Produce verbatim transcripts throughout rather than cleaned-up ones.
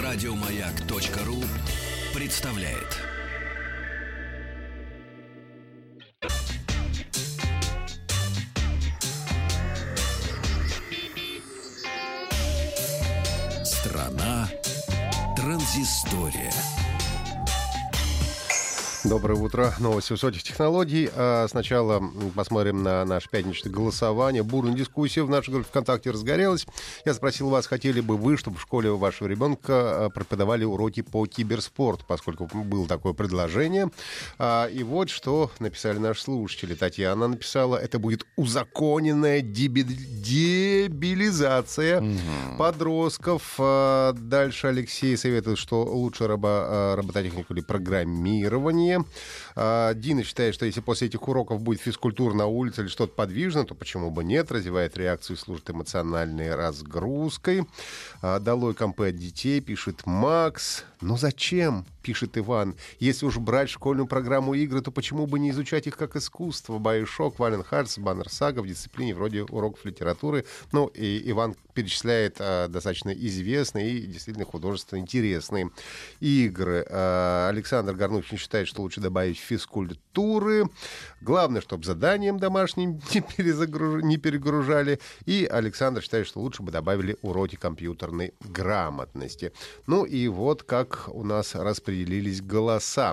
Радиомаяк.ру представляет. Страна транзистория. Доброе утро. Новости высоких технологий. А сначала посмотрим на наше пятничное голосование. Бурная дискуссия в нашей группе ВКонтакте разгорелась. Я спросил вас, хотели бы вы, чтобы в школе у вашего ребенка преподавали уроки по киберспорту, поскольку было такое предложение. И вот что написали наши слушатели. Татьяна написала: это будет узаконенная деби- дебилизация угу. подростков. Дальше Алексей советует, что лучше рабо- робототехнику или программирование. Дина считает, что если после этих уроков будет физкультура на улице или что-то подвижное, то почему бы нет? Развивает реакцию, служит эмоциональной разгрузкой. Долой компы от детей, пишет Макс. Но зачем, пишет Иван, если уж брать школьную программу игры, то почему бы не изучать их как искусство? Байошок, Вален Хартс, Баннер Сага в дисциплине вроде уроков литературы. Ну, и Иван перечисляет а, достаточно известные и действительно художественно интересные игры. А, Александр Горнучин считает, что лучше добавить физкультуры. Главное, чтобы заданием домашним не, перезагруж... не перегружали. И Александр считает, что лучше бы добавили уроки компьютерной грамотности. Ну и вот как у нас распределились голоса.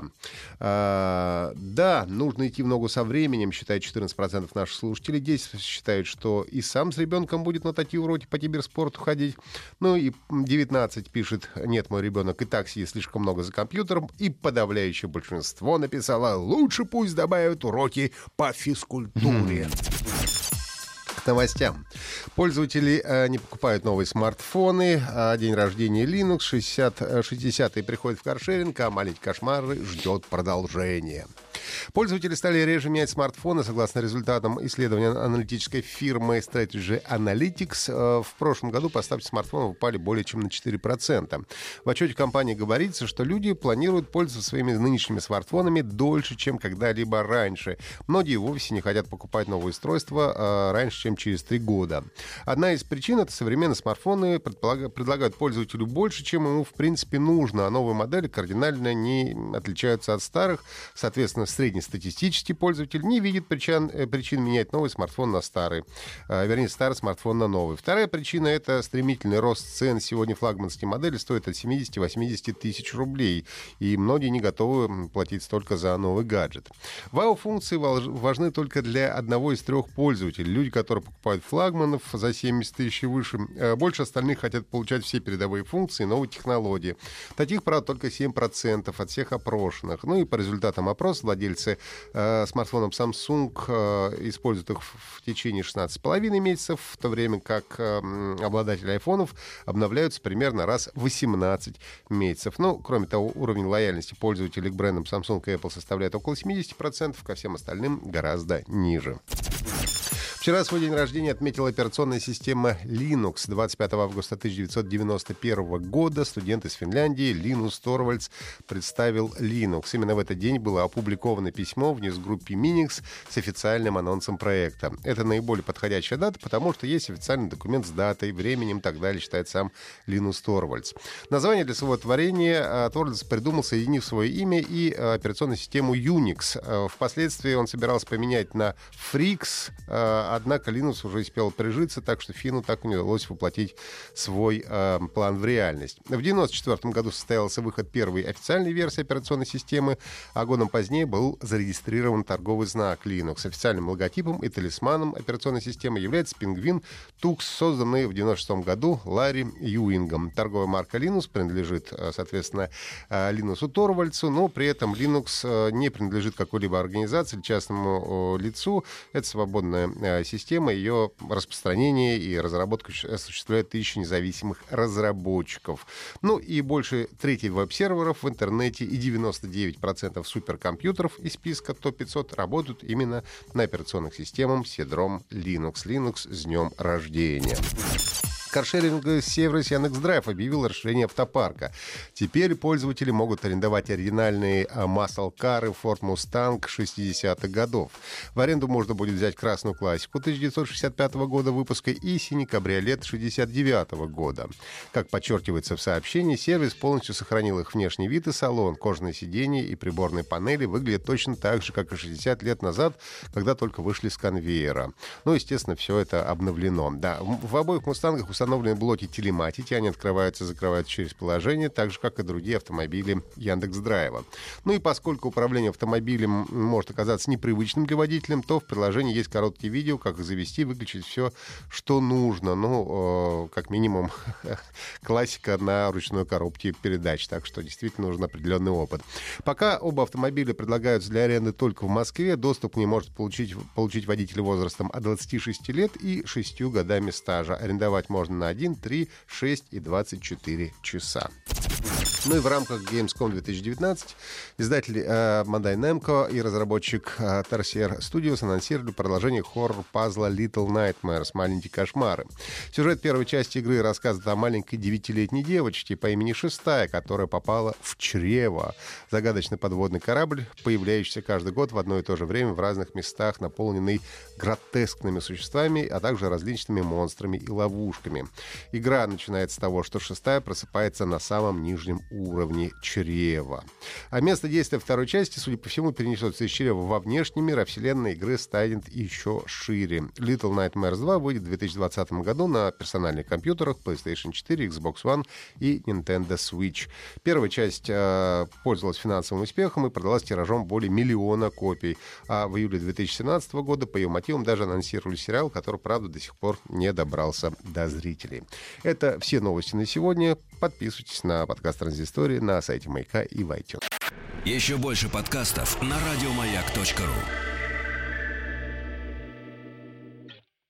А, да, нужно идти в ногу со временем, считает четырнадцать процентов наших слушателей. десять процентов считают, что и сам с ребенком будет на такие уроки по киберспорту ходить. Ну и девятнадцать пишет: нет, мой ребенок и так сидит слишком много за компьютером. И подавляющее большинство написало: лучше пусть добавят уроки по физкультуре. К новостям. Пользователи э, не покупают новые смартфоны. А день рождения Linux, шестьдесят, шестидесятые приходят в каршеринг, а маленький кошмар ждет продолжения. Пользователи стали реже менять смартфоны. Согласно результатам исследования аналитической фирмы Strategy Analytics, в прошлом году поставки смартфонов упали более чем на четыре процента. В отчете компании говорится, что люди планируют пользоваться своими нынешними смартфонами дольше, чем когда-либо раньше. Многие вовсе не хотят покупать новые устройства раньше, чем через три года. Одна из причин — это современные смартфоны предлагают пользователю больше, чем ему в принципе нужно, а новые модели кардинально не отличаются от старых. Соответственно, среднестатистический пользователь не видит причин, причин менять новый смартфон на старый. А, вернее, старый смартфон на новый. Вторая причина — это стремительный рост цен. Сегодня флагманские модели стоят от семьдесят-восемьдесят тысяч рублей. И многие не готовы платить столько за новый гаджет. Вау-функции важны только для одного из трех пользователей. Люди, которые покупают флагманов за семьдесят тысяч и выше. Больше остальных хотят получать все передовые функции и новые технологии. Таких, правда, только семь процентов от всех опрошенных. Ну и по результатам опроса владельцы э, смартфонов Samsung э, используют их в, в течение шестнадцати с половиной месяцев, в то время как э, обладатели айфонов обновляются примерно раз в восемнадцать месяцев. Ну, кроме того, уровень лояльности пользователей к брендам Samsung и Apple составляет около семьдесят процентов, ко всем остальным гораздо ниже. Вчера свой день рождения отметила операционная система Linux. двадцать пятого августа тысяча девятьсот девяносто первого года студент из Финляндии Линус Торвальдс представил Linux. Именно в этот день было опубликовано письмо в ньюсгруппе Minix с официальным анонсом проекта. Это наиболее подходящая дата, потому что есть официальный документ с датой, временем и так далее, считает сам Линус Торвальдс. Название для своего творения Торвальдс придумал, соединив свое имя и операционную систему Unix. Впоследствии он собирался поменять на Frix, однако Linux уже успел прижиться, так что финну так и не удалось воплотить свой э, план в реальность. В девяносто четвёртом году состоялся выход первой официальной версии операционной системы, а годом позднее был зарегистрирован торговый знак Linux. Официальным логотипом и талисманом операционной системы является пингвин Тукс, созданный в девяносто шестом году Ларри Юингом. Торговая марка Linux принадлежит, соответственно, Линусу Торвальдсу, но при этом Linux не принадлежит какой-либо организации или частному лицу. Это свободная система, ее распространение и разработку осуществляют тысячи независимых разработчиков. Ну и больше трети веб-серверов в интернете и девяносто девять процентов суперкомпьютеров из списка топ пятьсот работают именно на операционных системах с ядром Linux. Linux с днем рождения. Каршеринговый сервис Яндекс.Драйв объявил расширение автопарка. Теперь пользователи могут арендовать оригинальные маслкары Ford Mustang шестидесятых годов. В аренду можно будет взять красную классику тысяча девятьсот шестьдесят пятого года выпуска и синий кабриолет шестьдесят девятого года. Как подчеркивается в сообщении, сервис полностью сохранил их внешний вид и салон. Кожаные сиденья и приборные панели выглядят точно так же, как и шестьдесят лет назад, когда только вышли с конвейера. Ну, естественно, все это обновлено. Да, в обоих «Мустангах» установлены блоки телематики, они открываются и закрываются через приложение, так же, как и другие автомобили Яндекс.Драйва. Ну и поскольку управление автомобилем может оказаться непривычным для водителя, то в приложении есть короткие видео, как их завести, выключить все, что нужно. Ну, э, как минимум, классика на ручной коробке передач, так что действительно нужен определенный опыт. Пока оба автомобиля предлагаются для аренды только в Москве, доступ к ним может получить, получить водитель возрастом от двадцати шести лет и шестью годами стажа. Арендовать можно на один, три, шесть и двадцать четыре часа. Ну и в рамках Gamescom две тысячи девятнадцать издатель э, Bandai Namco и разработчик э, Tarsier Studios анонсировали продолжение хоррор-пазла Little Nightmares «Маленькие кошмары». Сюжет первой части игры рассказывает о маленькой девятилетней девочке по имени Шестая, которая попала в чрево. Загадочный подводный корабль, появляющийся каждый год в одно и то же время в разных местах, наполненный гротескными существами, а также различными монстрами и ловушками. Игра начинается с того, что Шестая просыпается на самом нижнем уровне чрева. А место действия второй части, судя по всему, перенесется из чрева во внешний мир, а вселенная игры станет еще шире. Little Nightmares два выйдет в две тысячи двадцатом году на персональных компьютерах PlayStation четыре, Xbox One и Nintendo Switch. Первая часть э, пользовалась финансовым успехом и продалась тиражом более миллиона копий. А в июле две тысячи семнадцатого года по ее мотивам даже анонсировали сериал, который, правда, до сих пор не добрался до зрителей. Это все новости на сегодня. Подписывайтесь на подкаст «Транзистория» на сайте Маяка и в iTunes. Еще больше подкастов на радиомаяк точка ру.